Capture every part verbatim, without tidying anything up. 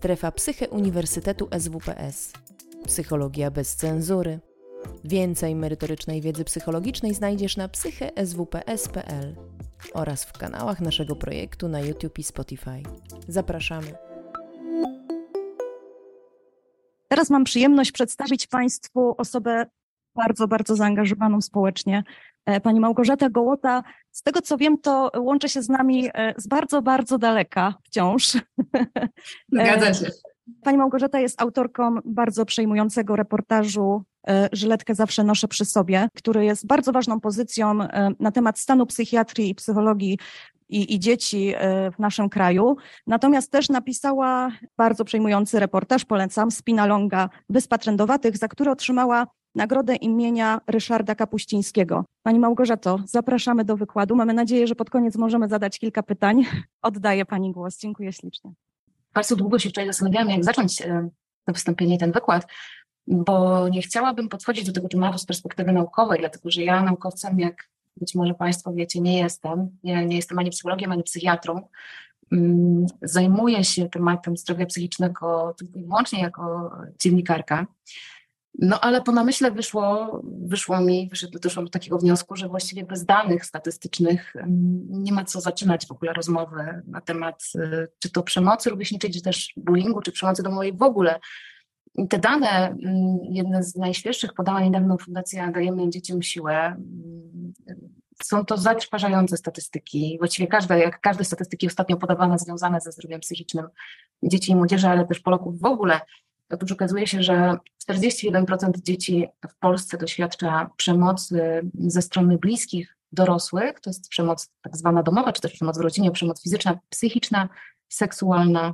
Strefa Psyche Uniwersytetu S W P S. Psychologia bez cenzury. Więcej merytorycznej wiedzy psychologicznej znajdziesz na psyche s w p s kropka p l oraz w kanałach naszego projektu na YouTube i Spotify. Zapraszamy. Teraz mam przyjemność przedstawić Państwu osobę bardzo, bardzo zaangażowaną społecznie. Pani Małgorzata Gołota, z tego co wiem, to łączy się z nami z bardzo, bardzo daleka wciąż. Zgadza się. Pani Małgorzata jest autorką bardzo przejmującego reportażu Żyletkę zawsze noszę przy sobie, który jest bardzo ważną pozycją na temat stanu psychiatrii i psychologii i, i dzieci w naszym kraju. Natomiast też napisała bardzo przejmujący reportaż, polecam, Spina longa, Wyspa Trędowatych, za który otrzymała nagrodę imienia Ryszarda Kapuścińskiego. Pani Małgorzato, zapraszamy do wykładu. Mamy nadzieję, że pod koniec możemy zadać kilka pytań. Oddaję Pani głos. Dziękuję ślicznie. Bardzo długo się wczoraj zastanawiałam, jak zacząć to wystąpienie i ten wykład, bo nie chciałabym podchodzić do tego tematu z perspektywy naukowej, dlatego że ja naukowcem, jak być może Państwo wiecie, nie jestem. Ja nie jestem ani psychologiem, ani psychiatrą. Zajmuję się tematem zdrowia psychicznego tylko i wyłącznie jako dziennikarka. No ale po namyśle wyszło, wyszło mi, wyszedł, doszłam do takiego wniosku, że właściwie bez danych statystycznych nie ma co zaczynać w ogóle rozmowy na temat czy to przemocy rówieśniczej, czy też bullyingu, czy przemocy domowej w ogóle. I te dane, jedne z najświeższych, podała niedawno Fundacja Dajemy Dzieciom Siłę, są to zatrważające statystyki. Właściwie każde, jak każde statystyki ostatnio podawane związane ze zdrowiem psychicznym dzieci i młodzieży, ale też Polaków w ogóle. Otóż okazuje się, że czterdzieści jeden procent dzieci w Polsce doświadcza przemocy ze strony bliskich dorosłych. To jest przemoc tak zwana domowa, czy też przemoc w rodzinie, przemoc fizyczna, psychiczna, seksualna.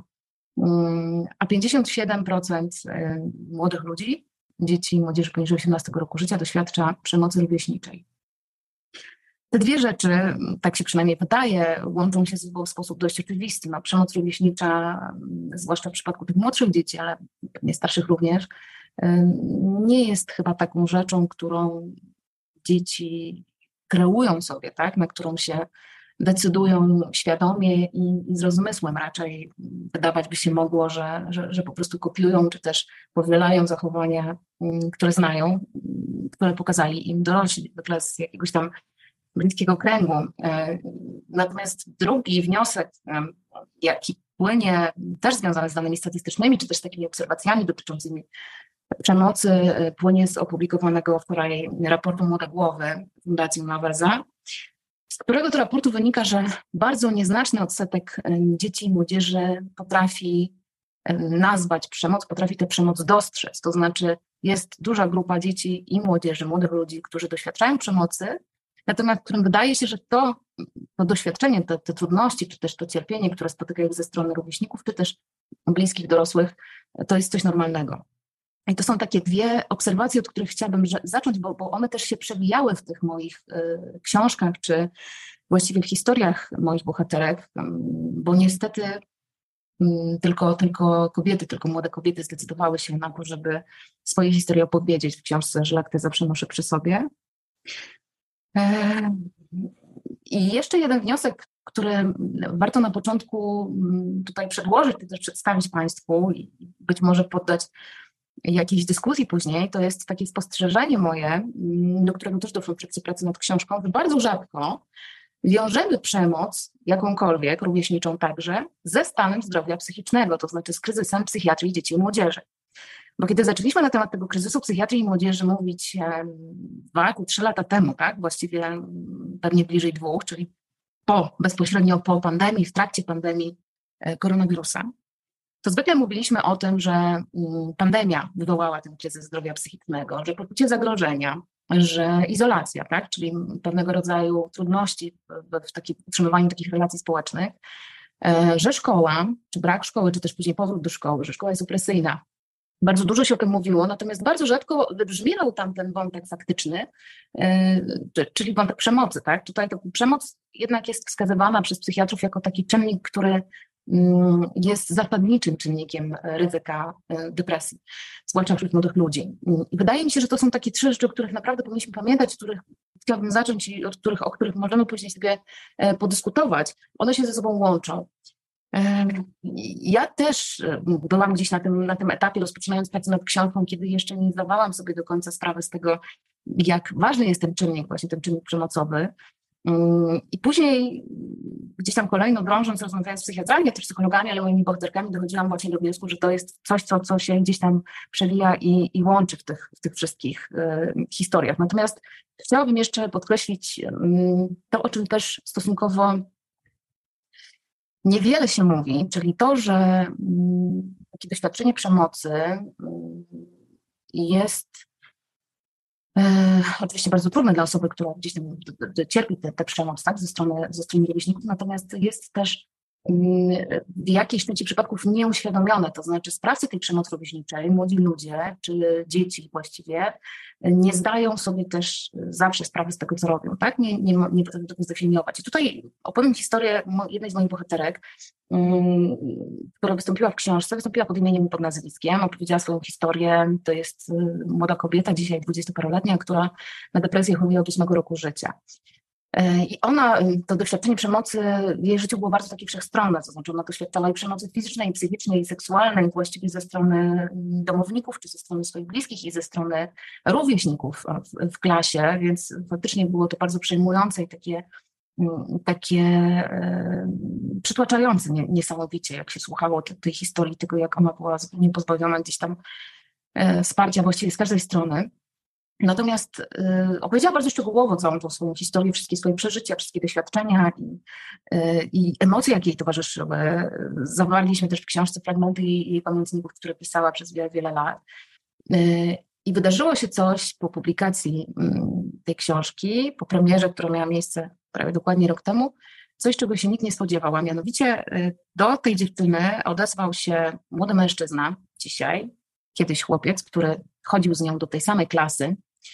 A pięćdziesiąt siedem procent młodych ludzi, dzieci i młodzieży poniżej osiemnastego roku życia doświadcza przemocy rówieśniczej. Te dwie rzeczy, tak się przynajmniej wydaje, łączą się ze sobą w sposób dość oczywisty. No, przemoc rówieśnicza, zwłaszcza w przypadku tych młodszych dzieci, ale pewnie starszych również, nie jest chyba taką rzeczą, którą dzieci kreują sobie, tak, na którą się decydują świadomie i, i z rozmysłem. Raczej wydawać by się mogło, że, że, że po prostu kopiują, czy też powielają zachowania, które znają, które pokazali im dorośli, zwykle z jakiegoś tam bliskiego kręgu. Natomiast drugi wniosek, jaki płynie, też związany z danymi statystycznymi, czy też takimi obserwacjami dotyczącymi przemocy, płynie z opublikowanego wczoraj raportu Młode Głowy Fundacji Uniwersa, z którego to raportu wynika, że bardzo nieznaczny odsetek dzieci i młodzieży potrafi nazwać przemoc, potrafi tę przemoc dostrzec. To znaczy jest duża grupa dzieci i młodzieży, młodych ludzi, którzy doświadczają przemocy, natomiast którym wydaje się, że to, to doświadczenie, te, te trudności, czy też to cierpienie, które spotykają ze strony rówieśników, czy też bliskich dorosłych, to jest coś normalnego. I to są takie dwie obserwacje, od których chciałabym zacząć, bo, bo one też się przewijały w tych moich y, książkach, czy właściwie w historiach moich bohaterek, y, bo niestety y, tylko, tylko kobiety, tylko młode kobiety zdecydowały się na to, żeby swoje historie opowiedzieć w książce Żyletkę zawsze noszę przy sobie. I jeszcze jeden wniosek, który warto na początku tutaj przedłożyć, czy też przedstawić Państwu i być może poddać jakiejś dyskusji później, to jest takie spostrzeżenie moje, do którego też doszło w trakcie pracy nad książką, że bardzo rzadko wiążemy przemoc, jakąkolwiek, rówieśniczą także, ze stanem zdrowia psychicznego, to znaczy z kryzysem psychiatrii dzieci i młodzieży. Bo kiedy zaczęliśmy na temat tego kryzysu psychiatrii i młodzieży mówić dwa, trzy lata temu, tak, właściwie pewnie bliżej dwóch, czyli po, bezpośrednio po pandemii, w trakcie pandemii koronawirusa, to zwykle mówiliśmy o tym, że pandemia wywołała ten kryzys zdrowia psychicznego, że poczucie zagrożenia, że izolacja, tak, czyli pewnego rodzaju trudności w, w takim utrzymywaniu takich relacji społecznych, że szkoła, czy brak szkoły, czy też później powrót do szkoły, że szkoła jest opresyjna. Bardzo dużo się o tym mówiło, natomiast bardzo rzadko wybrzmiewał tam ten wątek faktyczny, czyli wątek przemocy. Tak? Tutaj to przemoc jednak jest wskazywana przez psychiatrów jako taki czynnik, który jest zasadniczym czynnikiem ryzyka depresji, zwłaszcza wśród młodych ludzi. I wydaje mi się, że to są takie trzy rzeczy, o których naprawdę powinniśmy pamiętać, których chciałabym zacząć i od których, o których możemy później sobie podyskutować. One się ze sobą łączą. Ja też byłam gdzieś na tym, na tym etapie, rozpoczynając pracę nad książką, kiedy jeszcze nie zdawałam sobie do końca sprawy z tego, jak ważny jest ten czynnik, właśnie ten czynnik przemocowy. I później gdzieś tam kolejno drążąc, rozmawiając z psychiatrami, a też psychologami, ale moimi bohaterkami, dochodziłam właśnie do wniosku, że to jest coś, co, co się gdzieś tam przewija i, i łączy w tych, w tych wszystkich y, historiach. Natomiast chciałabym jeszcze podkreślić y, to, o czym też stosunkowo niewiele się mówi, czyli to, że y, takie doświadczenie przemocy y, jest E, oczywiście bardzo trudne dla osoby, która gdzieś tam cierpi tę przemoc, tak, ze strony, ze strony rówieśników, natomiast jest też w jakiejś części przypadków nieuświadomione, to znaczy sprawcy tej przemocy rówieśniczej, młodzi ludzie, czy dzieci właściwie, nie zdają sobie też zawsze sprawy z tego, co robią, tak? Nie, nie, nie potrafią tego zdefiniować. I tutaj opowiem historię jednej z moich bohaterek, um, która wystąpiła w książce, wystąpiła pod imieniem i pod nazwiskiem, opowiedziała swoją historię. To jest młoda kobieta, dzisiaj dwudziestoparoletnia, która na depresję choruje od ósmego roku życia. I ona, to doświadczenie przemocy w jej życiu było bardzo takie wszechstronne, to znaczy ona doświadczała i przemocy fizycznej, i psychicznej, i seksualnej, właściwie ze strony domowników, czy ze strony swoich bliskich, i ze strony rówieśników w, w klasie, więc faktycznie było to bardzo przejmujące i takie, takie e, przytłaczające nie, niesamowicie, jak się słuchało te, tej historii, tego jak ona była zupełnie pozbawiona gdzieś tam e, wsparcia właściwie z każdej strony. Natomiast y, opowiedziała bardzo szczegółowo całą tą swoją historię, wszystkie swoje przeżycia, wszystkie doświadczenia i, y, i emocje, jakie jej towarzyszyły. Zawarliśmy też w książce fragmenty jej, jej pamiętników, które pisała przez wiele, wiele lat. Y, I wydarzyło się coś po publikacji y, tej książki, po premierze, która miała miejsce prawie dokładnie rok temu, coś, czego się nikt nie spodziewał, a mianowicie y, do tej dziewczyny odezwał się młody mężczyzna dzisiaj, kiedyś chłopiec, który chodził z nią do tej samej klasy,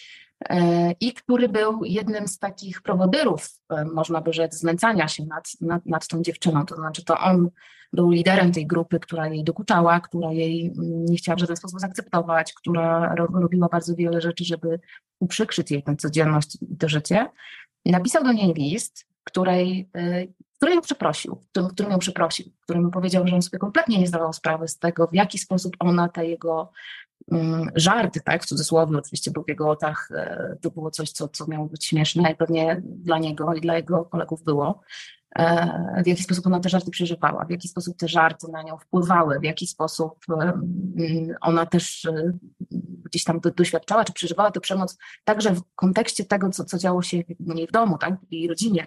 i który był jednym z takich prowodyrów, można by rzec, znęcania się nad, nad, nad tą dziewczyną. To znaczy to on był liderem tej grupy, która jej dokuczała, która jej nie chciała w żaden sposób zaakceptować, która robiła bardzo wiele rzeczy, żeby uprzykrzyć jej tę codzienność i to życie. I napisał do niej list, której, który ją przeprosił, którym, którym ją przeprosił, którym powiedział, że on sobie kompletnie nie zdawał sprawy z tego, w jaki sposób ona te jego żarty, tak, w cudzysłowie oczywiście był w jego oczach, to było coś, co, co miało być śmieszne i pewnie dla niego i dla jego kolegów było, w jaki sposób ona te żarty przeżywała, w jaki sposób te żarty na nią wpływały, w jaki sposób ona też gdzieś tam doświadczała czy przeżywała tę przemoc, także w kontekście tego, co, co działo się w niej w domu, tak, w jej rodzinie.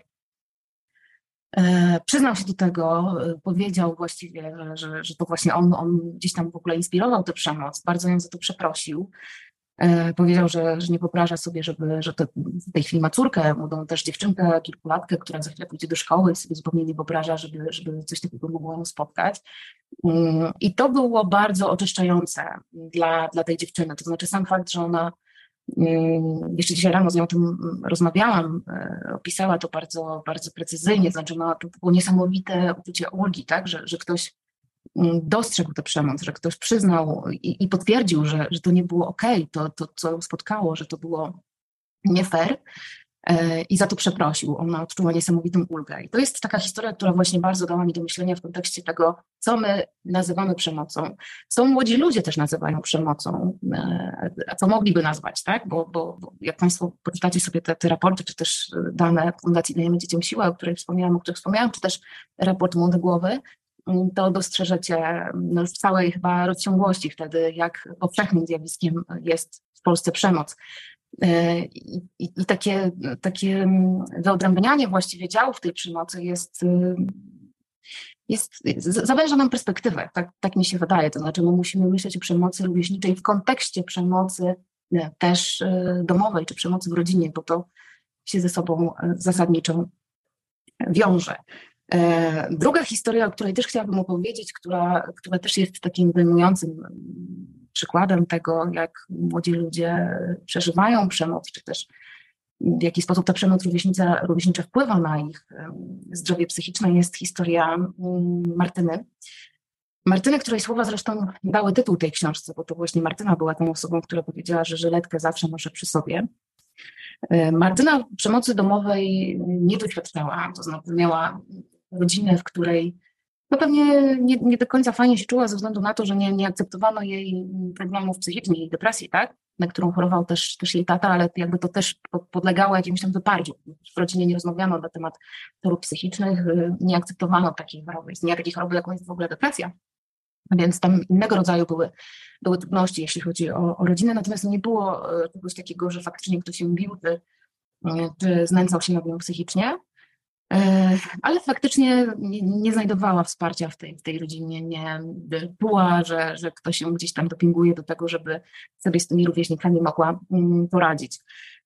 E, przyznał się do tego, powiedział właściwie, że, że to właśnie on, on gdzieś tam w ogóle inspirował tę przemoc, bardzo ją za to przeprosił. E, powiedział, że, że nie wyobraża sobie, żeby, że to w tej chwili ma córkę, młodą też dziewczynkę, kilkulatkę, która za chwilę pójdzie do szkoły i sobie zupełnie nie wyobraża, żeby, żeby coś takiego mogło ją spotkać. Um, I to było bardzo oczyszczające dla, dla tej dziewczyny. To znaczy sam fakt, że ona jeszcze dzisiaj rano z nią o tym rozmawiałam, opisała to bardzo, bardzo precyzyjnie, znaczy no, to było niesamowite uczucie ulgi, tak? że, że ktoś dostrzegł tę przemoc, że ktoś przyznał i, i potwierdził, że, że to nie było okej, to, to co ją spotkało, że to było nie fair i za to przeprosił. Ona odczuła niesamowitą ulgę. I to jest taka historia, która właśnie bardzo dała mi do myślenia w kontekście tego, co my nazywamy przemocą, co młodzi ludzie też nazywają przemocą, a co mogliby nazwać, tak? Bo, bo, bo jak Państwo poczytacie sobie te, te raporty, czy też dane Fundacji Dajemy Dzieciom Siłę, o której wspomniałam, o których wspomniałam, czy też raport Młode Głowy, to dostrzeżecie no, w całej chyba rozciągłości wtedy, jak powszechnym zjawiskiem jest w Polsce przemoc. I, i, i takie, takie wyodrębnianie właściwie działów tej przemocy jest, jest, zawęża nam perspektywę, tak, tak mi się wydaje. To znaczy my musimy myśleć o przemocy rówieśniczej w kontekście przemocy też domowej, czy przemocy w rodzinie, bo to się ze sobą zasadniczo wiąże. Druga historia, o której też chciałabym opowiedzieć, która, która też jest takim wyjmującym przykładem tego, jak młodzi ludzie przeżywają przemoc, czy też w jaki sposób ta przemoc rówieśnicza, rówieśnicza wpływa na ich zdrowie psychiczne, jest historia Martyny. Martyny, której słowa zresztą dały tytuł tej książce, bo to właśnie Martyna była tą osobą, która powiedziała, że żyletkę zawsze noszę przy sobie. Martyna przemocy domowej nie doświadczała, to znaczy miała rodzinę, w której No pewnie nie, nie do końca fajnie się czuła ze względu na to, że nie, nie akceptowano jej problemów psychicznych i depresji, tak? Na którą chorował też, też jej tata, ale jakby to też podlegało jakiemuś tam wyparciu. W rodzinie nie rozmawiano na temat chorób psychicznych, nie akceptowano takiej choroby. Istnienia takiej choroby, jaką jest w ogóle depresja. Więc tam innego rodzaju były, były trudności, jeśli chodzi o, o rodzinę, natomiast nie było czegoś takiego, że faktycznie ktoś się bił, czy, czy znęcał się nad nią psychicznie. Ale faktycznie nie, nie znajdowała wsparcia w tej, w tej rodzinie, nie czuła, że, że ktoś ją gdzieś tam dopinguje do tego, żeby sobie z tymi rówieśnikami mogła poradzić.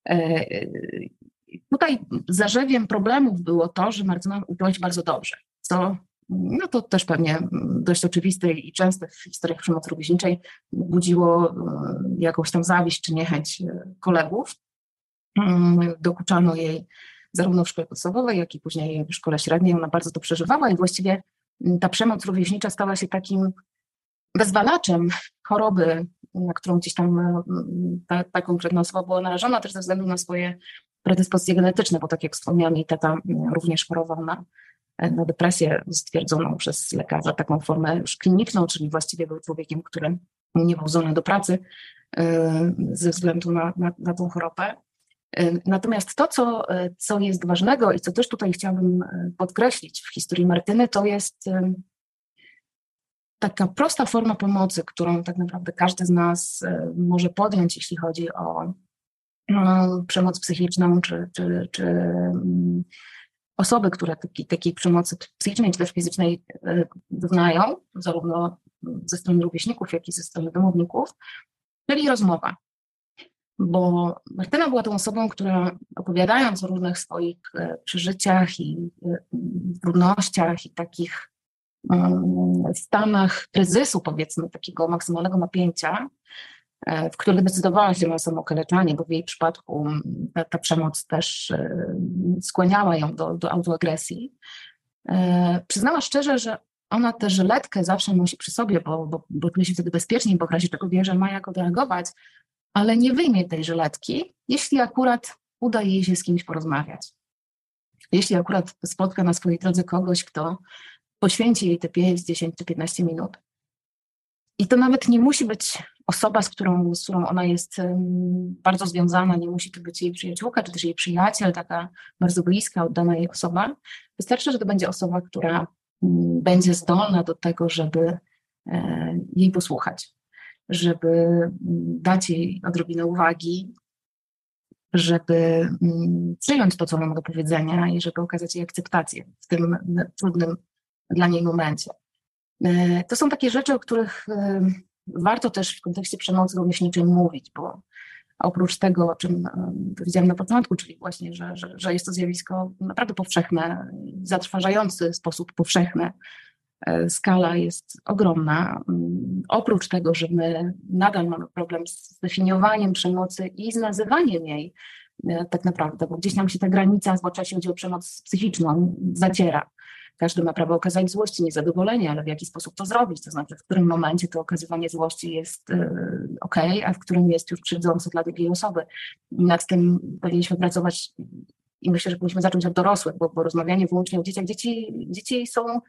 Tutaj zarzewiem problemów było to, że Martyna uczyła się bardzo dobrze, co no to też pewnie dość oczywiste i częste w historiach przemocy rówieśniczej budziło jakąś tam zawiść czy niechęć kolegów. Dokuczano jej zarówno w szkole podstawowej, jak i później w szkole średniej. Ona bardzo to przeżywała i właściwie ta przemoc rówieśnicza stała się takim wyzwalaczem choroby, na którą gdzieś tam ta, ta konkretna osoba była narażona też ze względu na swoje predyspozycje genetyczne, bo tak jak wspomniałam, jej tata również chorował na, na depresję stwierdzoną przez lekarza, taką formę już kliniczną, czyli właściwie był człowiekiem, który nie był zdolny do pracy ze względu na, na, na tą chorobę. Natomiast to, co, co jest ważnego i co też tutaj chciałabym podkreślić w historii Martyny, to jest taka prosta forma pomocy, którą tak naprawdę każdy z nas może podjąć, jeśli chodzi o no, przemoc psychiczną, czy, czy, czy osoby, które takiej, takiej przemocy psychicznej czy też fizycznej doznają, zarówno ze strony rówieśników, jak i ze strony domowników, czyli rozmowa. Bo Martyna była tą osobą, która opowiadając o różnych swoich przeżyciach i trudnościach i takich stanach kryzysu, powiedzmy, takiego maksymalnego napięcia, w których decydowała się na samookaleczanie, bo w jej przypadku ta, ta przemoc też skłaniała ją do, do autoagresji. Przyznała szczerze, że ona tę żyletkę zawsze nosi przy sobie, bo, bo, bo czuje się wtedy bezpieczniej, bo w razie czego wie, że ma jak odreagować, ale nie wyjmie tej żyletki, jeśli akurat uda jej się z kimś porozmawiać. Jeśli akurat spotka na swojej drodze kogoś, kto poświęci jej te pięć, dziesięć czy piętnaście minut. I to nawet nie musi być osoba, z którą, z którą ona jest um, bardzo związana, nie musi to być jej przyjaciółka, czy też jej przyjaciel, taka bardzo bliska, oddana jej osoba. Wystarczy, że to będzie osoba, która um, będzie zdolna do tego, żeby e, jej posłuchać, żeby dać jej odrobinę uwagi, żeby przyjąć to, co mam do powiedzenia i żeby okazać jej akceptację w tym trudnym dla niej momencie. To są takie rzeczy, o których warto też w kontekście przemocy rówieśniczej mówić, bo oprócz tego, o czym powiedziałam na początku, czyli właśnie, że, że, że jest to zjawisko naprawdę powszechne, zatrważający sposób powszechny, skala jest ogromna. Oprócz tego, że my nadal mamy problem z definiowaniem przemocy i z nazywaniem jej tak naprawdę, bo gdzieś nam się ta granica, zwłaszcza jeśli chodzi o przemoc psychiczną, zaciera. Każdy ma prawo okazać złości, niezadowolenie, ale w jaki sposób to zrobić? To znaczy, w którym momencie to okazywanie złości jest ok, a w którym jest już krzywdzące dla drugiej osoby. Nad tym powinniśmy pracować i myślę, że powinniśmy zacząć od dorosłych, bo, bo rozmawianie wyłącznie o dzieciach. Dzieci, dzieci są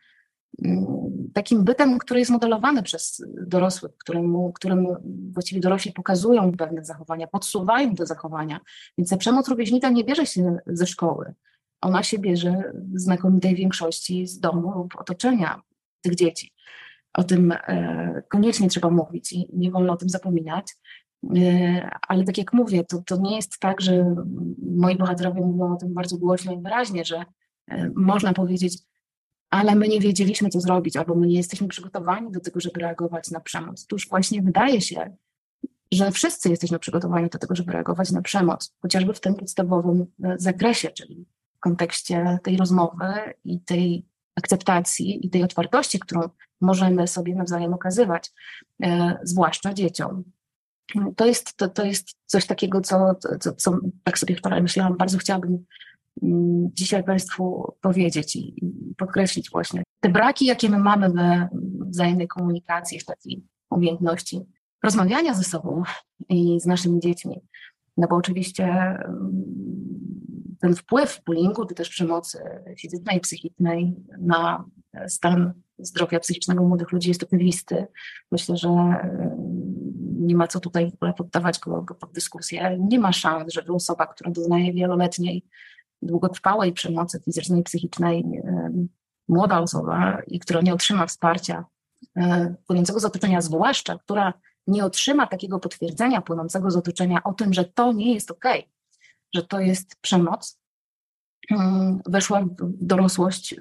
takim bytem, który jest modelowany przez dorosłych, któremu, którym właściwie dorośli pokazują pewne zachowania, podsuwają te zachowania. Więc ta przemoc rówieśnicza nie bierze się ze szkoły. Ona się bierze w znakomitej większości z domu lub otoczenia tych dzieci. O tym e, koniecznie trzeba mówić i nie wolno o tym zapominać. E, ale tak jak mówię, to, to nie jest tak, że moi bohaterowie mówią o tym bardzo głośno i wyraźnie, że e, można powiedzieć, ale my nie wiedzieliśmy, co zrobić, albo my nie jesteśmy przygotowani do tego, żeby reagować na przemoc. Tuż właśnie wydaje się, że wszyscy jesteśmy przygotowani do tego, żeby reagować na przemoc, chociażby w tym podstawowym zakresie, czyli w kontekście tej rozmowy i tej akceptacji i tej otwartości, którą możemy sobie nawzajem okazywać, e, zwłaszcza dzieciom. To jest, to, to jest coś takiego, co, co, co tak sobie wczoraj myślałam, bardzo chciałabym dzisiaj Państwu powiedzieć i podkreślić właśnie te braki, jakie my mamy we wzajemnej komunikacji, w takiej umiejętności rozmawiania ze sobą i z naszymi dziećmi. No bo oczywiście ten wpływ bullyingu, czy też przemocy fizycznej i psychicznej na stan zdrowia psychicznego młodych ludzi jest oczywisty. Myślę, że nie ma co tutaj w ogóle poddawać go, go pod dyskusję. Nie ma szans, żeby osoba, która doznaje wieloletniej, długotrwałej przemocy fizycznej i psychicznej, młoda osoba i która nie otrzyma wsparcia płynącego z otoczenia, zwłaszcza która nie otrzyma takiego potwierdzenia płynącego z otoczenia o tym, że to nie jest okej, że to jest przemoc, weszła w dorosłość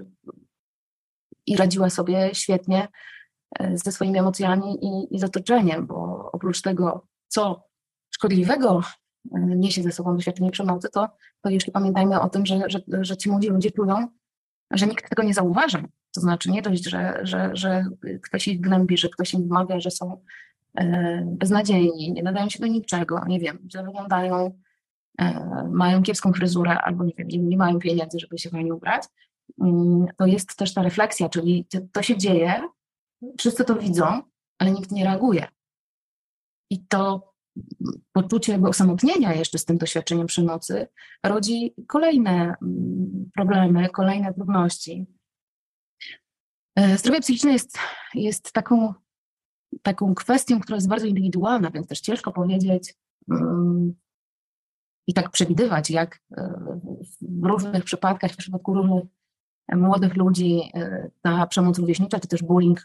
i radziła sobie świetnie ze swoimi emocjami i, i z otoczeniem, bo oprócz tego, co szkodliwego niesie ze sobą doświadczenie przemocy, to, to jeszcze pamiętajmy o tym, że, że, że ci młodzi ludzie czują, że nikt tego nie zauważa. To znaczy nie dość, że, że, że ktoś ich gnębi, że ktoś im wmawia, że są e, beznadziejni, nie nadają się do niczego, nie wiem, że wyglądają, e, mają kiepską fryzurę albo nie wiem, nie, nie mają pieniędzy, żeby się fajnie ubrać. Mm, to jest też ta refleksja, czyli to, to się dzieje, wszyscy to widzą, ale nikt nie reaguje. I to poczucie jakby osamotnienia jeszcze z tym doświadczeniem przemocy rodzi kolejne problemy, kolejne trudności. Zdrowie psychiczne jest, jest taką, taką kwestią, która jest bardzo indywidualna, więc też ciężko powiedzieć um, i tak przewidywać, jak w różnych przypadkach, w przypadku różnych młodych ludzi ta przemoc rówieśnicza, czy też bullying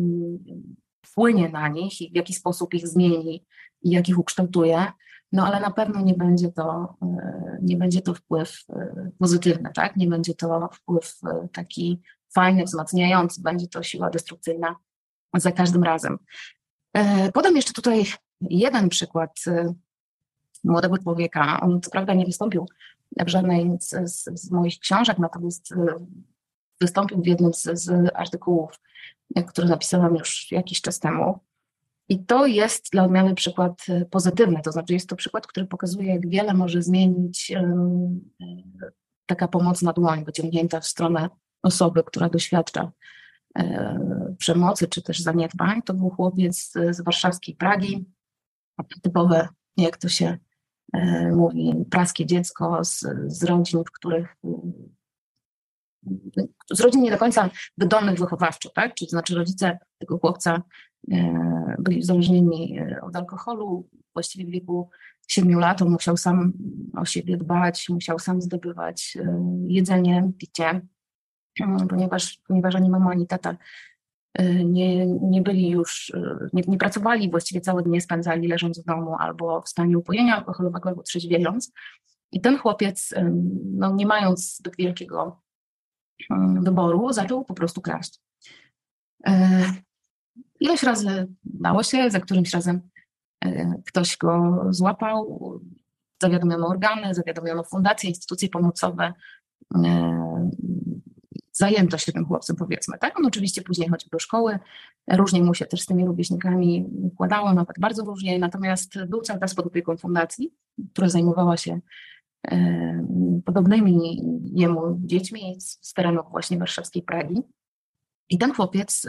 wpłynie na nich i w jaki sposób ich zmieni i jak ich ukształtuje, no ale na pewno nie będzie to, nie będzie to wpływ pozytywny, tak? Nie będzie to wpływ taki fajny, wzmacniający, będzie to siła destrukcyjna za każdym razem. Podam jeszcze tutaj jeden przykład młodego człowieka. On co prawda nie wystąpił w żadnej z, z, z moich książek, natomiast wystąpił w jednym z, z artykułów, który napisałam już jakiś czas temu. I to jest dla odmiany przykład pozytywny, to znaczy jest to przykład, który pokazuje, jak wiele może zmienić um, taka pomocna dłoń wyciągnięta w stronę osoby, która doświadcza e, przemocy czy też zaniedbań. To był chłopiec z, z warszawskiej Pragi, typowe, jak to się e, mówi, praskie dziecko z, z rodzin, w których z rodzin nie do końca wydolnych wychowawczo, tak? Czyli to znaczy rodzice tego chłopca e, byli uzależnieni od alkoholu, właściwie w wieku siedmiu lat on musiał sam o siebie dbać, musiał sam zdobywać e, jedzenie, picie, e, ponieważ, ponieważ ani mama, ani tata e, nie, nie byli już, e, nie, nie pracowali, właściwie całe dnie spędzali leżąc w domu albo w stanie upojenia alkoholowego, albo trzeźwiejąc. I ten chłopiec, e, no, nie mając zbyt wielkiego wyboru, zaczął po prostu kraść. E, ileś razy dało się, za którymś razem e, ktoś go złapał, zawiadomiono organy, zawiadomiono fundacje, instytucje pomocowe, e, zajęto się tym chłopcem, powiedzmy. Tak? On oczywiście później chodził do szkoły, różnie mu się też z tymi rówieśnikami układało, nawet bardzo różnie, natomiast był cały czas pod opieką fundacji, która zajmowała się podobnymi jemu dziećmi z terenów właśnie warszawskiej Pragi. I ten chłopiec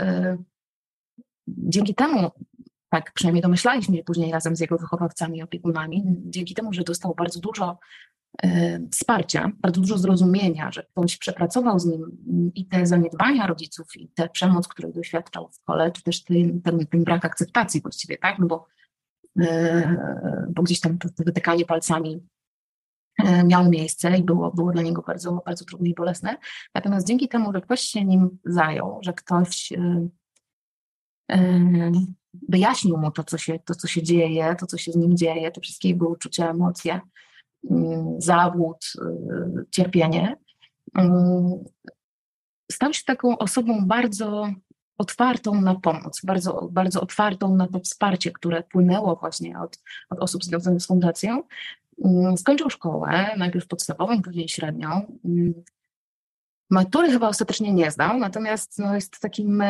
dzięki temu, tak przynajmniej domyślaliśmy się później razem z jego wychowawcami i opiekunami, dzięki temu, że dostał bardzo dużo wsparcia, bardzo dużo zrozumienia, że ktoś przepracował z nim i te zaniedbania rodziców, i tę przemoc, której doświadczał w szkole, czy też ten, ten, ten brak akceptacji właściwie, tak? No bo, bo gdzieś tam to, to wytykanie palcami miało miejsce i było, było dla niego bardzo, bardzo trudne i bolesne. Natomiast dzięki temu, że ktoś się nim zajął, że ktoś yy, yy, wyjaśnił mu to co, się, to, co się dzieje, to, co się z nim dzieje, te wszystkie jego uczucia, emocje, yy, zawód, yy, cierpienie, yy, stał się taką osobą bardzo otwartą na pomoc, bardzo, bardzo otwartą na to wsparcie, które płynęło właśnie od, od osób związanych z fundacją. Skończył szkołę, najpierw podstawową, później średnią. Matury chyba ostatecznie nie zdał, natomiast no, jest takim,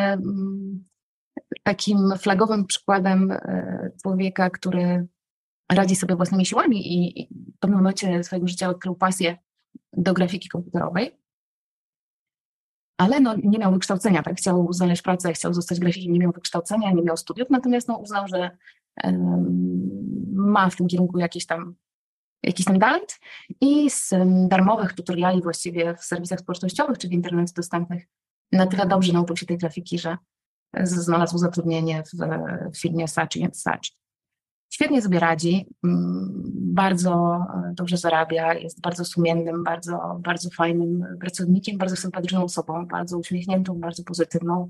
takim flagowym przykładem człowieka, który radzi sobie własnymi siłami i w pewnym momencie swojego życia odkrył pasję do grafiki komputerowej. Ale no, nie miał wykształcenia, tak? Chciał znaleźć pracę, chciał zostać grafikiem, nie miał wykształcenia, nie miał studiów, natomiast no, uznał, że um, ma w tym kierunku jakieś tam jakiś tam talent i z um, darmowych tutoriali właściwie w serwisach społecznościowych czy w internecie dostępnych na tyle dobrze nauczył się tej grafiki, że znalazł zatrudnienie w, w firmie Saatchi and Saatchi. Świetnie sobie radzi, bardzo dobrze zarabia, jest bardzo sumiennym, bardzo, bardzo fajnym pracownikiem, bardzo sympatyczną osobą, bardzo uśmiechniętą, bardzo pozytywną.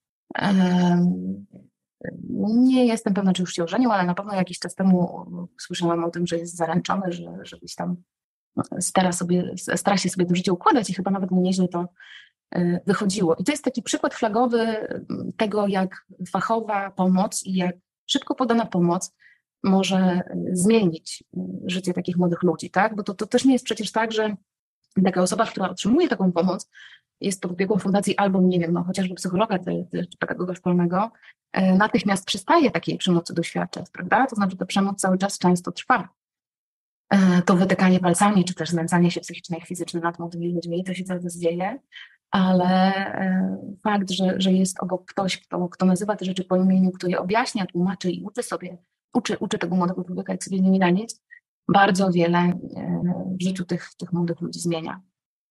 Nie jestem pewna, czy już się ożenił, ale na pewno jakiś czas temu słyszałam o tym, że jest zaręczony, że, że gdzieś tam stara, sobie, stara się sobie to życie układać i chyba nawet mu nieźle to wychodziło. I to jest taki przykład flagowy tego, jak fachowa pomoc i jak szybko podana pomoc może zmienić życie takich młodych ludzi, tak? Bo to, to też nie jest przecież tak, że taka osoba, która otrzymuje taką pomoc, jest pod opieką fundacji albo, nie wiem, no, chociażby psychologa czy pedagoga szkolnego, natychmiast przestaje takiej przemocy doświadczać, prawda? To znaczy, że ta przemoc cały czas często trwa. To wytykanie palcami, czy też znęcanie się psychiczne i fizyczne nad młodymi ludźmi, to się cały czas dzieje, ale fakt, że, że jest obok ktoś, kto, kto nazywa te rzeczy po imieniu, kto je objaśnia, tłumaczy i uczy sobie, uczy, uczy tego młodego człowieka, jak sobie z nimi radzić, bardzo wiele w życiu tych, tych młodych ludzi zmienia.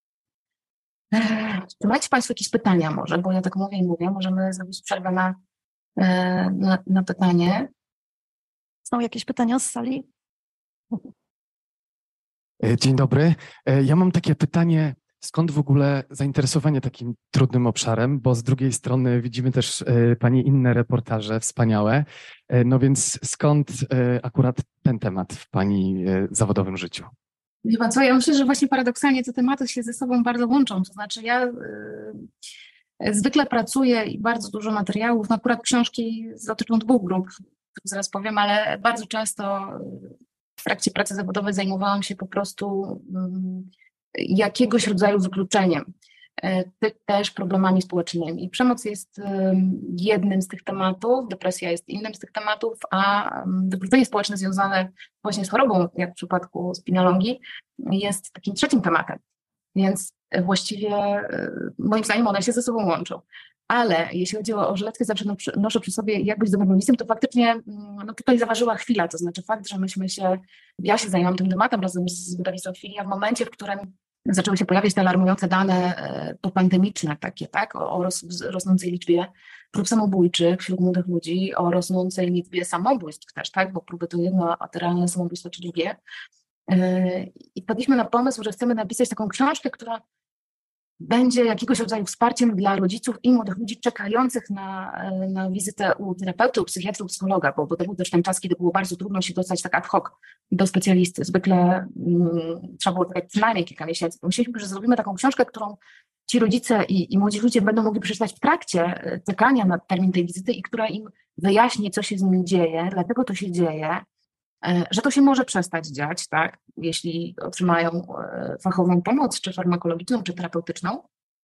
Czy macie Państwo jakieś pytania może, bo ja tak mówię i mówię, możemy zrobić przerwę na, na, na pytanie. Są jakieś pytania z sali? Dzień dobry. Ja mam takie pytanie, skąd w ogóle zainteresowanie takim trudnym obszarem, bo z drugiej strony widzimy też Pani inne reportaże wspaniałe, no więc skąd akurat ten temat w Pani zawodowym życiu? Wie Pan co, ja myślę, że właśnie paradoksalnie te tematy się ze sobą bardzo łączą, to znaczy ja y, zwykle pracuję i bardzo dużo materiałów, no akurat książki dotyczą dwóch grup, zaraz powiem, ale bardzo często w trakcie pracy zawodowej zajmowałam się po prostu y, jakiegoś rodzaju wykluczeniem, y, też problemami społecznymi. I przemoc jest y, jednym z tych tematów, depresja jest innym z tych tematów, a y, wykluczenie społeczne związane właśnie z chorobą, jak w przypadku spinalongi, jest takim trzecim tematem. Więc właściwie moim zdaniem one się ze sobą łączą. Ale jeśli chodzi o żyletkę, zawsze noszę przy sobie jak być dobrym rodzicem, to faktycznie no, tutaj zaważyła chwila. To znaczy fakt, że myśmy się, ja się zajęłam tym tematem razem z wydawnictwem Filia w momencie, w którym zaczęły się pojawiać te alarmujące dane popandemiczne takie, tak, o roz, rosnącej liczbie prób samobójczych wśród młodych ludzi, o rosnącej liczbie samobójstw też, tak, bo próby to jedno, a te realne samobójstwo czy drugie. I wpadliśmy na pomysł, że chcemy napisać taką książkę, która będzie jakiegoś rodzaju wsparciem dla rodziców i młodych ludzi czekających na, na wizytę u terapeuty, u psychiatry, u psychologa, bo, bo to był też ten czas, kiedy było bardzo trudno się dostać tak ad hoc do specjalisty. Zwykle mm, trzeba było czekać przynajmniej kilka miesięcy. Myśleliśmy, że zrobimy taką książkę, którą ci rodzice i, i młodzi ludzie będą mogli przeczytać w trakcie czekania na termin tej wizyty i która im wyjaśni, co się z nimi dzieje, dlaczego to się dzieje, że to się może przestać dziać, tak, jeśli otrzymają fachową pomoc, czy farmakologiczną, czy terapeutyczną.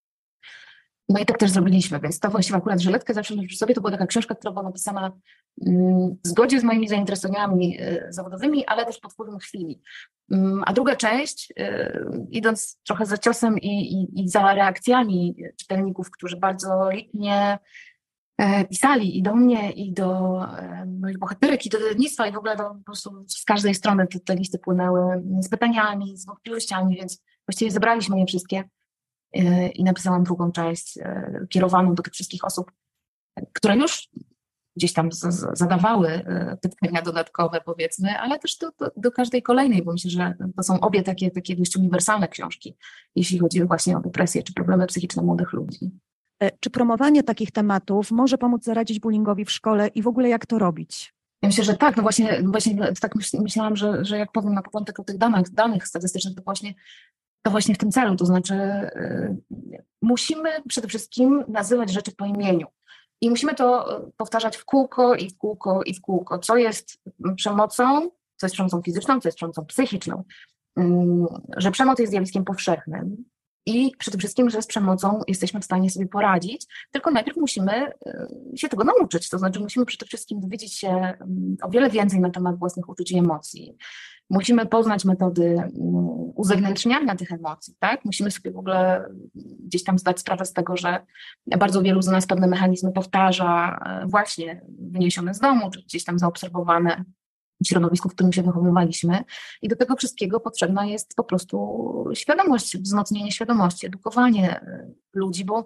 No i tak też zrobiliśmy, więc to właściwie akurat żyletkę zawsze przy sobie to była taka książka, która była napisana w zgodzie z moimi zainteresowaniami zawodowymi, ale też pod wpływem chwili. A druga część, idąc trochę za ciosem i, i, i za reakcjami czytelników, którzy bardzo licznie pisali i do mnie, i do moich bohaterek, i do wydawnictwa, i w ogóle do, po prostu z każdej strony te, te listy płynęły z pytaniami, z wątpliwościami, więc właściwie zebraliśmy je wszystkie i napisałam drugą część kierowaną do tych wszystkich osób, które już gdzieś tam z, z, zadawały pytania dodatkowe, powiedzmy, ale też do, do, do każdej kolejnej, bo myślę, że to są obie takie, takie dość uniwersalne książki, jeśli chodzi właśnie o depresję czy problemy psychiczne młodych ludzi. Czy promowanie takich tematów może pomóc zaradzić bullyingowi w szkole i w ogóle jak to robić? Ja myślę, że tak, no właśnie, właśnie tak myślałam, że, że jak powiem na początek o tych danych, danych statystycznych, to właśnie, to właśnie w tym celu, to znaczy yy, musimy przede wszystkim nazywać rzeczy po imieniu i musimy to powtarzać w kółko i w kółko i w kółko, co jest przemocą, co jest przemocą fizyczną, co jest przemocą psychiczną, yy, że przemoc jest zjawiskiem powszechnym, i przede wszystkim, że z przemocą jesteśmy w stanie sobie poradzić, tylko najpierw musimy się tego nauczyć, to znaczy musimy przede wszystkim dowiedzieć się o wiele więcej na temat własnych uczuć i emocji. Musimy poznać metody uzewnętrzniania tych emocji, tak? Musimy sobie w ogóle gdzieś tam zdać sprawę z tego, że bardzo wielu z nas pewne mechanizmy powtarza właśnie wyniesione z domu, czy gdzieś tam zaobserwowane w środowisku, w którym się wychowywaliśmy. I do tego wszystkiego potrzebna jest po prostu świadomość, wzmocnienie świadomości, edukowanie ludzi, bo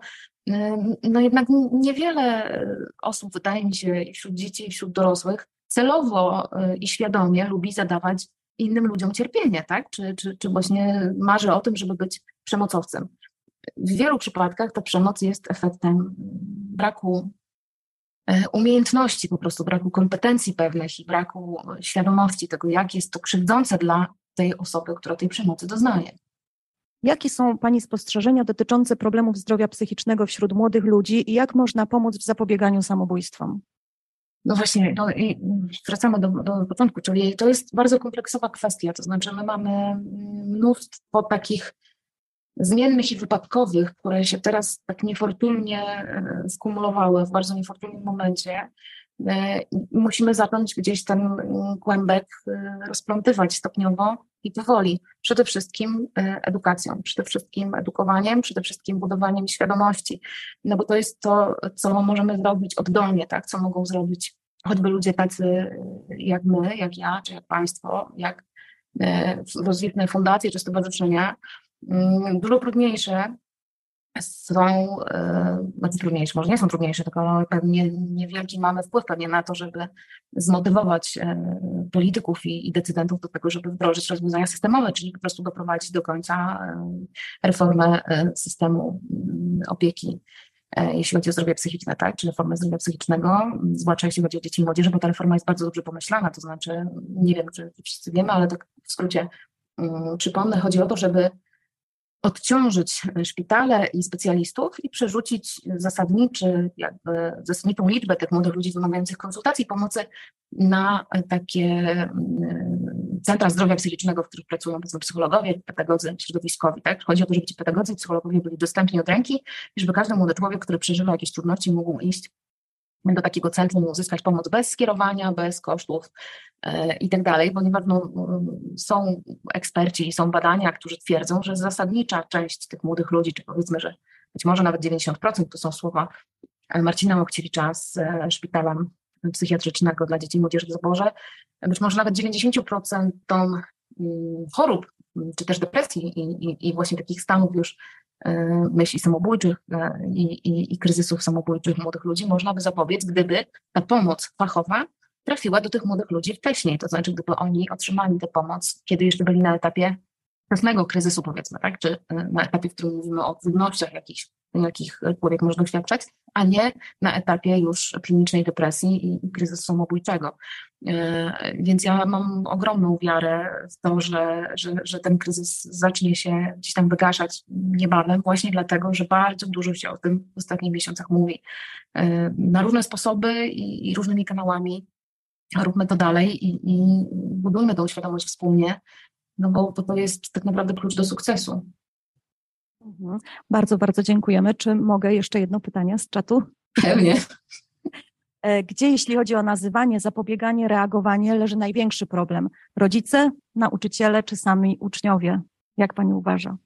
no jednak niewiele osób, wydaje mi się, i wśród dzieci, i wśród dorosłych, celowo i świadomie lubi zadawać innym ludziom cierpienie, tak? Czy, czy, czy właśnie marzy o tym, żeby być przemocowcem. W wielu przypadkach ta przemoc jest efektem braku umiejętności, po prostu braku kompetencji pewnych i braku świadomości tego, jak jest to krzywdzące dla tej osoby, która tej przemocy doznaje. Jakie są Pani spostrzeżenia dotyczące problemów zdrowia psychicznego wśród młodych ludzi i jak można pomóc w zapobieganiu samobójstwom? No właśnie, no i wracamy do, do początku, czyli to jest bardzo kompleksowa kwestia, to znaczy my mamy mnóstwo takich zmiennych i wypadkowych, które się teraz tak niefortunnie skumulowały w bardzo niefortunnym momencie. Musimy zacząć gdzieś ten kłębek rozplątywać stopniowo i powoli. Przede wszystkim edukacją, przede wszystkim edukowaniem, przede wszystkim budowaniem świadomości. No bo to jest to, co możemy zrobić oddolnie, tak? Co mogą zrobić choćby ludzie tacy jak my, jak ja, czy jak państwo, jak rozwitne fundacje czy stowarzyszenia. Dużo trudniejsze są, znaczy trudniejsze, może nie są trudniejsze, tylko pewnie niewielki mamy wpływ pewnie na to, żeby zmotywować polityków i, i decydentów do tego, żeby wdrożyć rozwiązania systemowe, czyli po prostu doprowadzić do końca reformę systemu opieki, jeśli chodzi o zdrowie psychiczne, tak, czy reformę zdrowia psychicznego, zwłaszcza jeśli chodzi o dzieci i młodzież, bo ta reforma jest bardzo dobrze pomyślana, to znaczy, nie wiem, czy wszyscy wiemy, ale tak w skrócie um, przypomnę, chodzi o to, żeby odciążyć szpitale i specjalistów i przerzucić zasadniczy, jakby zasadniczą liczbę tych młodych ludzi wymagających konsultacji i pomocy na takie centra zdrowia psychicznego, w których pracują psychologowie, pedagodzy środowiskowi. Tak? Chodzi o to, żeby ci pedagodzy i psychologowie byli dostępni od ręki i żeby każdy młody człowiek, który przeżywa jakieś trudności, mógł iść do takiego centrum, uzyskać pomoc bez skierowania, bez kosztów e, i tak dalej, ponieważ no, są eksperci i są badania, którzy twierdzą, że zasadnicza część tych młodych ludzi, czy powiedzmy, że być może nawet dziewięćdziesiąt procent, to są słowa Marcina Mokciewicza z e, Szpitala Psychiatrycznego dla Dzieci i Młodzieży w Zaborze, być może nawet dziewięćdziesiąt procent chorób, czy też depresji i, i, i właśnie takich stanów już myśli samobójczych i, i, i kryzysów samobójczych młodych ludzi można by zapobiec, gdyby ta pomoc fachowa trafiła do tych młodych ludzi wcześniej, to znaczy gdyby oni otrzymali tę pomoc, kiedy jeszcze byli na etapie wczesnego kryzysu, powiedzmy, tak, czy na etapie, w którym mówimy o trudnościach jakichś, jakich człowiek może doświadczać, a nie na etapie już klinicznej depresji i, i kryzysu samobójczego. Więc ja mam ogromną wiarę w to, że, że, że ten kryzys zacznie się gdzieś tam wygaszać niebawem, właśnie dlatego, że bardzo dużo się o tym w ostatnich miesiącach mówi. Na różne sposoby i, i różnymi kanałami. Róbmy to dalej i, i budujmy tą świadomość wspólnie, no bo to, to jest tak naprawdę klucz do sukcesu. Mhm. Bardzo, bardzo dziękujemy. Czy mogę jeszcze jedno pytanie z czatu? Pewnie. Gdzie, jeśli chodzi o nazywanie, zapobieganie, reagowanie, leży największy problem? Rodzice, nauczyciele czy sami uczniowie? Jak pani uważa?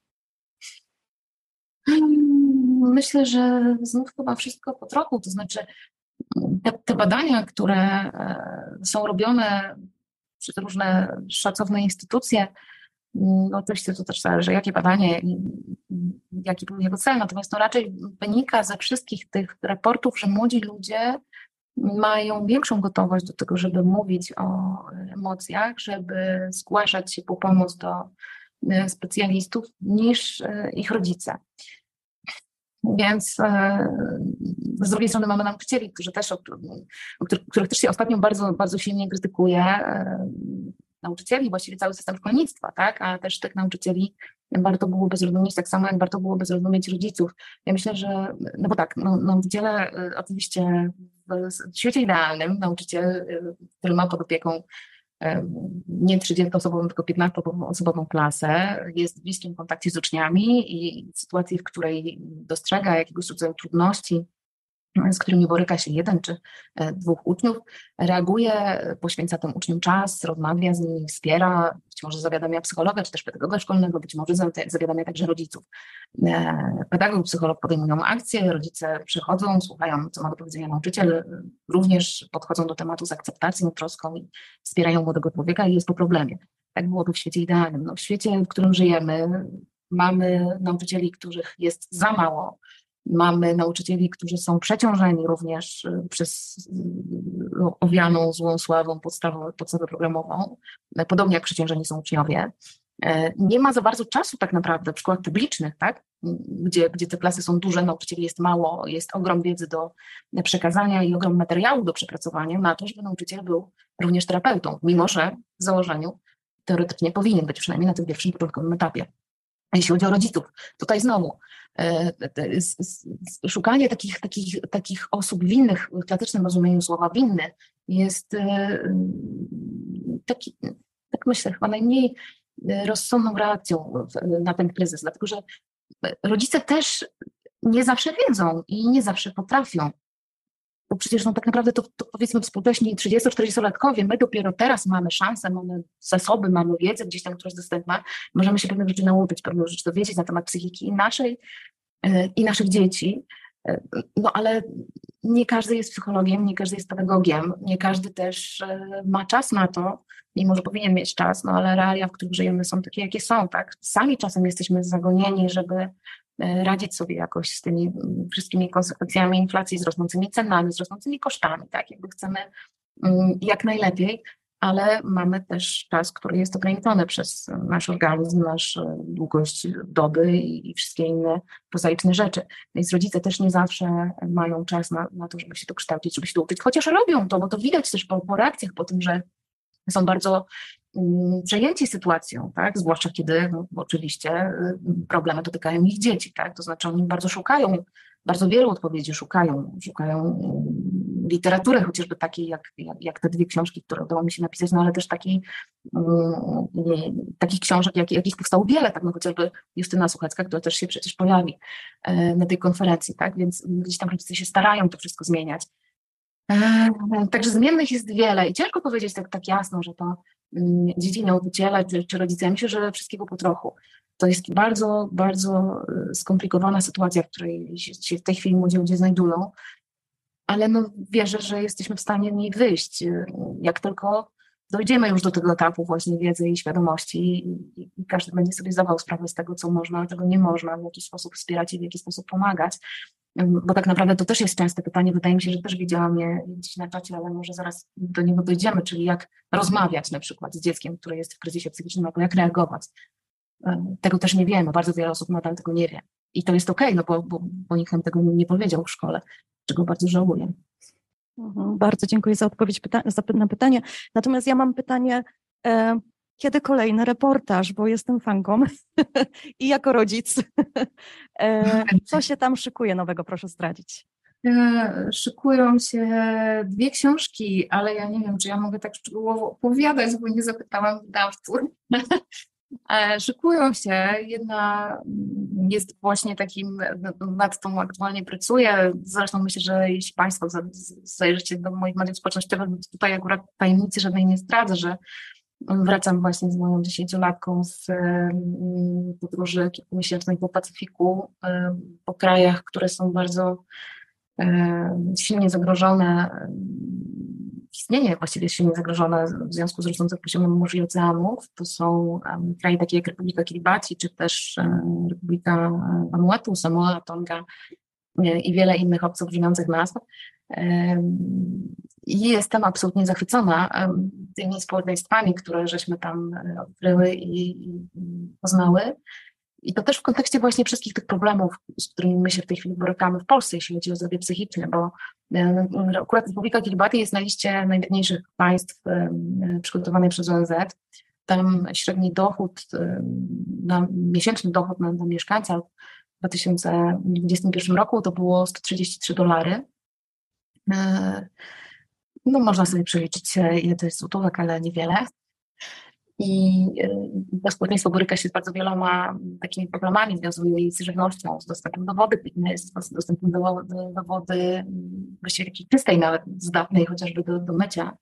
Myślę, że znów chyba wszystko po trochu, to znaczy te, te badania, które są robione przez różne szacowne instytucje, no oczywiście to też zależy, jakie badanie i jaki był jego cel, natomiast to raczej wynika ze wszystkich tych raportów, że młodzi ludzie mają większą gotowość do tego, żeby mówić o emocjach, żeby zgłaszać się po pomoc do specjalistów niż ich rodzice. Więc z drugiej strony mamy nauczycieli, którzy też, o których też się ostatnio bardzo, bardzo silnie krytykuje, nauczycieli, właściwie cały system szkolnictwa, tak? A też tych nauczycieli warto byłoby zrozumieć tak samo, jak warto byłoby zrozumieć rodziców. Ja myślę, że, no bo tak, no, nauczyciele oczywiście w świecie idealnym, nauczyciel, który ma pod opieką nie trzydziestoosobową, tylko piętnastoosobową klasę, jest w bliskim kontakcie z uczniami i w sytuacji, w której dostrzega jakiegoś rodzaju trudności, z którymi boryka się jeden czy dwóch uczniów, reaguje, poświęca tym uczniom czas, rozmawia z nimi, wspiera, być może zawiadamia psychologa czy też pedagoga szkolnego, być może zawiadamia także rodziców. Pedagog, psycholog podejmują akcje, rodzice przychodzą, słuchają, co ma do powiedzenia nauczyciel, również podchodzą do tematu z akceptacją, troską i wspierają młodego człowieka i jest po problemie. Tak byłoby w świecie idealnym. No, w świecie, w którym żyjemy, mamy nauczycieli, których jest za mało, Mamy nauczycieli, którzy są przeciążeni również przez owianą złą sławą podstawę, podstawę programową, podobnie jak przeciążeni są uczniowie. Nie ma za bardzo czasu tak naprawdę w szkołach publicznych, tak? Gdzie, gdzie te klasy są duże, nauczycieli jest mało, jest ogrom wiedzy do przekazania i ogrom materiału do przepracowania na to, żeby nauczyciel był również terapeutą, mimo że w założeniu teoretycznie powinien być, przynajmniej na tym pierwszym początkowym etapie. A jeśli chodzi o rodziców, tutaj znowu szukanie takich, takich, takich osób winnych w klasycznym rozumieniu słowa winny jest taki, tak myślę, chyba najmniej rozsądną reakcją na ten kryzys, dlatego że rodzice też nie zawsze wiedzą i nie zawsze potrafią. Bo przecież no, tak naprawdę to, to powiedzmy współcześni trzydziesto-czterdziestolatkowie, my dopiero teraz mamy szansę, mamy zasoby, mamy wiedzę gdzieś tam, która jest dostępna, możemy się pewnych rzeczy nauczyć, pewnych rzeczy dowiedzieć na temat psychiki naszej i naszych dzieci. No ale nie każdy jest psychologiem, nie każdy jest pedagogiem, nie każdy też ma czas na to, mimo że powinien mieć czas, no ale realia, w których żyjemy, są takie, jakie są, tak? Sami czasem jesteśmy zagonieni, żeby radzić sobie jakoś z tymi wszystkimi konsekwencjami inflacji, z rosnącymi cenami, z rosnącymi kosztami, tak? Jakby chcemy jak najlepiej, ale mamy też czas, który jest ograniczony przez nasz organizm, naszą długość doby i wszystkie inne prozaiczne rzeczy. Więc rodzice też nie zawsze mają czas na, na to, żeby się to kształcić, żeby się to uczyć, chociaż robią to, bo to widać też po, po reakcjach, po tym, że są bardzo um, przejęci sytuacją, tak? Zwłaszcza kiedy no, oczywiście y, problemy dotykają ich dzieci, tak? To znaczy oni bardzo szukają, bardzo wielu odpowiedzi szukają, szukają y, literatury, chociażby takiej jak, jak, jak te dwie książki, które udało mi się napisać, no ale też takiej, y, y, takich książek, jak, jakich powstało wiele, tak? No, chociażby Justyna Suchecka, która też się przecież pojawi y, na tej konferencji, tak? Więc gdzieś tam rodzice się starają to wszystko zmieniać. Także zmiennych jest wiele i ciężko powiedzieć tak, tak jasno, że to dzieci, nauczyciele czy, czy rodzice. Ja myślę, że wszystkiego po trochu. To jest bardzo, bardzo skomplikowana sytuacja, w której się w tej chwili młodzi ludzie znajdują, ale no wierzę, że jesteśmy w stanie z niej wyjść. Jak tylko dojdziemy już do tego etapu właśnie wiedzy i świadomości i, i każdy będzie sobie zdawał sprawę z tego, co można, a czego nie można, w jaki sposób wspierać i w jaki sposób pomagać. Bo tak naprawdę to też jest częste pytanie, wydaje mi się, że też widziałam je gdzieś na czacie, ale może zaraz do niego dojdziemy, czyli jak rozmawiać na przykład z dzieckiem, które jest w kryzysie psychicznym, albo jak reagować. Tego też nie wiemy, bardzo wiele osób nadal tego nie wie. I to jest okej, no bo, bo, bo nikt nam tego nie powiedział w szkole, czego bardzo żałuję. Mhm, bardzo dziękuję za odpowiedź pyta- za, na pytanie. Natomiast ja mam pytanie, e, kiedy kolejny reportaż, bo jestem fanką i jako rodzic. e, co się tam szykuje nowego, proszę zdradzić. E, szykują się dwie książki, ale ja nie wiem, czy ja mogę tak szczegółowo opowiadać, bo nie zapytałam wydawców. e, szykują się. Jedna jest właśnie takim, nad tą aktualnie pracuję. Zresztą myślę, że jeśli Państwo zajrzycie do moich mediów społecznościowych, to tutaj akurat tajemnicy żadnej nie zdradzę, że wracam właśnie z moją dziesięciolatką z podróży kilkumiesięcznej po Pacyfiku, po krajach, które są bardzo silnie zagrożone, istnienie właściwie silnie zagrożone w związku z rosnącym poziomem morza i oceanów. To są kraje takie jak Republika Kiribati, czy też Republika Vanuatu, Samoa, Tonga i wiele innych obcych brzmiących nazw. I jestem absolutnie zachwycona tymi społeczeństwami, które żeśmy tam odkryły i, i poznały. I to też w kontekście właśnie wszystkich tych problemów, z którymi my się w tej chwili borykamy w Polsce, jeśli chodzi o zdrowie psychiczne, bo akurat Republika Kiribati jest na liście najbiedniejszych państw przygotowanej przez O N Z. Tam średni dochód, na, miesięczny dochód na, na mieszkańca w dwa tysiące dwudziestym pierwszym roku to było sto trzydzieści trzy dolary. No można sobie przeliczyć, ile to jest złotówek, ale niewiele. I to społeczeństwo boryka się z bardzo wieloma takimi problemami związanymi z żywnością, z dostępem do wody pitnej, z dostępem do, do, do wody właściwie takiej czystej, nawet zdatnej chociażby do, do mycia.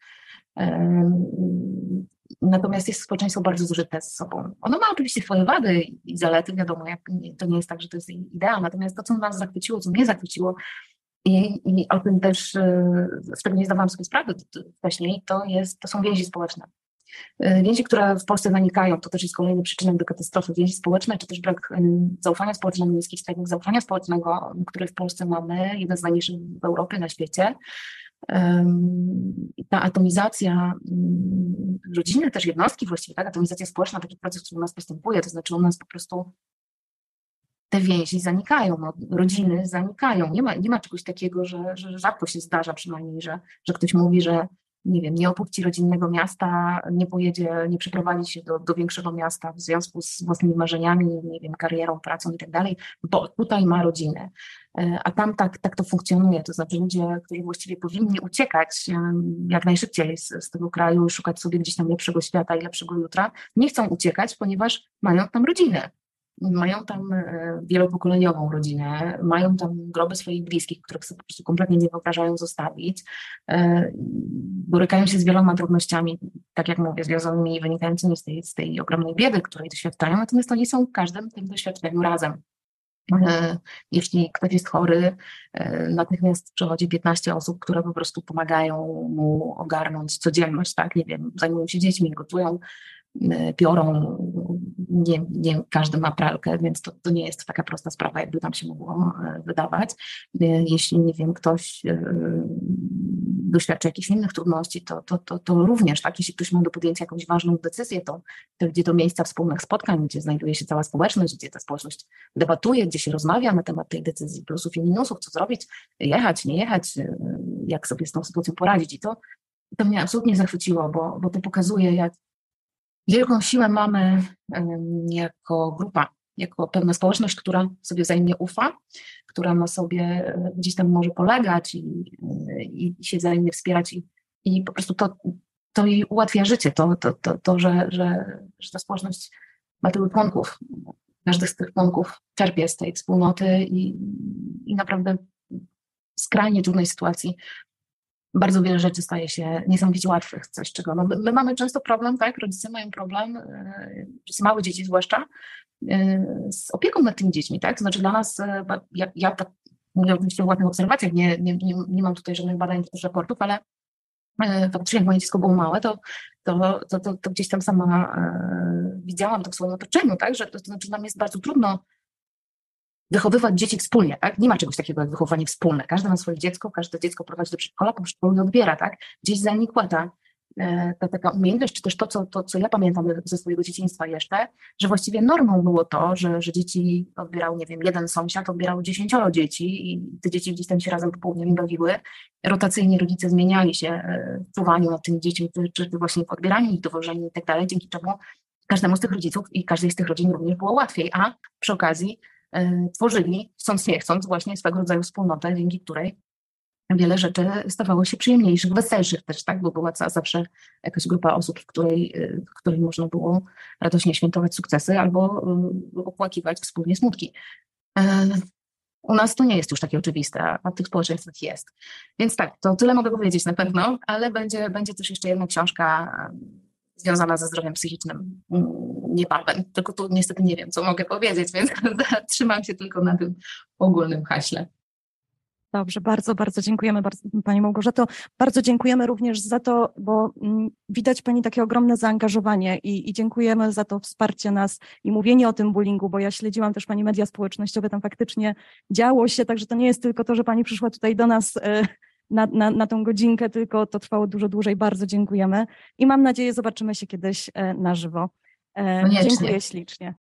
Natomiast jest społeczeństwo bardzo zużyte ze sobą. Ono ma oczywiście swoje wady i zalety, wiadomo, jak, to nie jest tak, że to jest idea, natomiast to, co nas zachwyciło, co mnie zachwyciło, i, i o tym też z tego nie zdawałam sobie sprawy wcześniej, to, jest, to są więzi społeczne. Więzi, które w Polsce zanikają, to też jest kolejny przyczynek do katastrofy. Więzi społeczne, czy też brak zaufania społecznego, niski wskaźnik zaufania społecznego, który w Polsce mamy, jeden z najniższych w Europie, na świecie. Ta atomizacja rodziny, też jednostki właściwie, tak? Atomizacja społeczna, taki proces, który u nas postępuje, to znaczy u nas po prostu te więzi zanikają, no, rodziny zanikają. Nie ma, nie ma czegoś takiego, że, że rzadko się zdarza przynajmniej, że, że ktoś mówi, że nie wiem, nie opuści rodzinnego miasta, nie pojedzie, nie przeprowadzi się do, do większego miasta w związku z własnymi marzeniami, nie wiem, karierą, pracą i tak dalej, bo tutaj ma rodzinę. A tam tak, tak to funkcjonuje, to znaczy ludzie, którzy właściwie powinni uciekać jak najszybciej z, z tego kraju i szukać sobie gdzieś tam lepszego świata i lepszego jutra, nie chcą uciekać, ponieważ mają tam rodzinę. Mają tam wielopokoleniową rodzinę, mają tam groby swoich bliskich, których sobie po prostu kompletnie nie wyobrażają zostawić. Borykają się z wieloma trudnościami, tak jak mówię, związanymi i wynikającymi z tej, z tej ogromnej biedy, której doświadczają, natomiast oni są w każdym tym doświadczeniu razem. Jeśli ktoś jest chory, natychmiast przychodzi piętnaście osób, które po prostu pomagają mu ogarnąć codzienność, tak, nie wiem, zajmują się dziećmi, gotują, piorą, nie, nie każdy ma pralkę, więc to, to nie jest taka prosta sprawa, jakby nam się mogło wydawać. Jeśli, nie wiem, ktoś doświadcza jakichś innych trudności, to, to, to, to również, tak, jeśli ktoś ma do podjęcia jakąś ważną decyzję, to, to gdzie to miejsca wspólnych spotkań, gdzie znajduje się cała społeczność, gdzie ta społeczność debatuje, gdzie się rozmawia na temat tej decyzji, plusów i minusów, co zrobić, jechać, nie jechać, jak sobie z tą sytuacją poradzić. I to, to mnie absolutnie zachwyciło, bo, bo to pokazuje, jak wielką siłę mamy jako grupa, jako pewna społeczność, która sobie wzajemnie ufa, która na sobie gdzieś tam może polegać i, i, i się wzajemnie wspierać i, i po prostu to, to jej ułatwia życie, to, to, to, to że, że, że ta społeczność ma tylu członków. Każdy z tych członków czerpie z tej wspólnoty i, i naprawdę w skrajnie trudnej sytuacji bardzo wiele rzeczy staje się niesamowicie łatwych, coś czego, no my, my mamy często problem, tak, rodzice mają problem, yy, małe dzieci zwłaszcza, yy, z opieką nad tymi dziećmi, tak, to znaczy dla nas, yy, ja, ja tak mówię oczywiście o własnych obserwacjach, nie, nie, nie, nie mam tutaj żadnych badań, też raportów, ale yy, faktycznie jak moje dziecko było małe, to, to, to, to, to gdzieś tam sama yy, widziałam to w swoim otoczeniu, tak, że to, to znaczy nam jest bardzo trudno wychowywać dzieci wspólnie, tak? Nie ma czegoś takiego jak wychowanie wspólne. Każde ma swoje dziecko, każde dziecko prowadzi do przedszkola, po przedszkolu je odbiera, tak? Gdzieś zanikła ta, ta taka umiejętność, czy też to co, to, co ja pamiętam ze swojego dzieciństwa jeszcze, że właściwie normą było to, że, że dzieci odbierał, nie wiem, jeden sąsiad odbierał dziesięcioro dzieci i te dzieci gdzieś tam się razem popołudniami bawiły. Rotacyjnie rodzice zmieniali się w czuwaniu nad tymi dziećmi, czy, czy właśnie w odbieraniu ich, dowożeniu i tak dalej, dzięki czemu każdemu z tych rodziców i każdej z tych rodzin również było łatwiej, a przy okazji tworzyli, chcąc nie chcąc, właśnie swego rodzaju wspólnotę, dzięki której wiele rzeczy stawało się przyjemniejszych, weselszych też, tak, bo była zawsze jakaś grupa osób, w której, w której można było radośnie świętować sukcesy albo opłakiwać wspólnie smutki. U nas to nie jest już takie oczywiste, a w tych społeczeństwach jest. Więc tak, to tyle mogę powiedzieć na pewno, ale będzie, będzie też jeszcze jedna książka związana ze zdrowiem psychicznym niebawem. Tylko tu niestety nie wiem, co mogę powiedzieć, więc trzymam się tylko na tym ogólnym haśle. Dobrze, bardzo, bardzo dziękujemy bardzo, Pani Małgorzato. Bardzo dziękujemy również za to, bo mm, widać Pani takie ogromne zaangażowanie i, i dziękujemy za to wsparcie nas i mówienie o tym bullyingu, bo ja śledziłam też Pani media społecznościowe, tam faktycznie działo się, także to nie jest tylko to, że Pani przyszła tutaj do nas y, na, na, na tą godzinkę, tylko to trwało dużo dłużej. Bardzo dziękujemy i mam nadzieję, zobaczymy się kiedyś y, na żywo. Y, dziękuję ślicznie.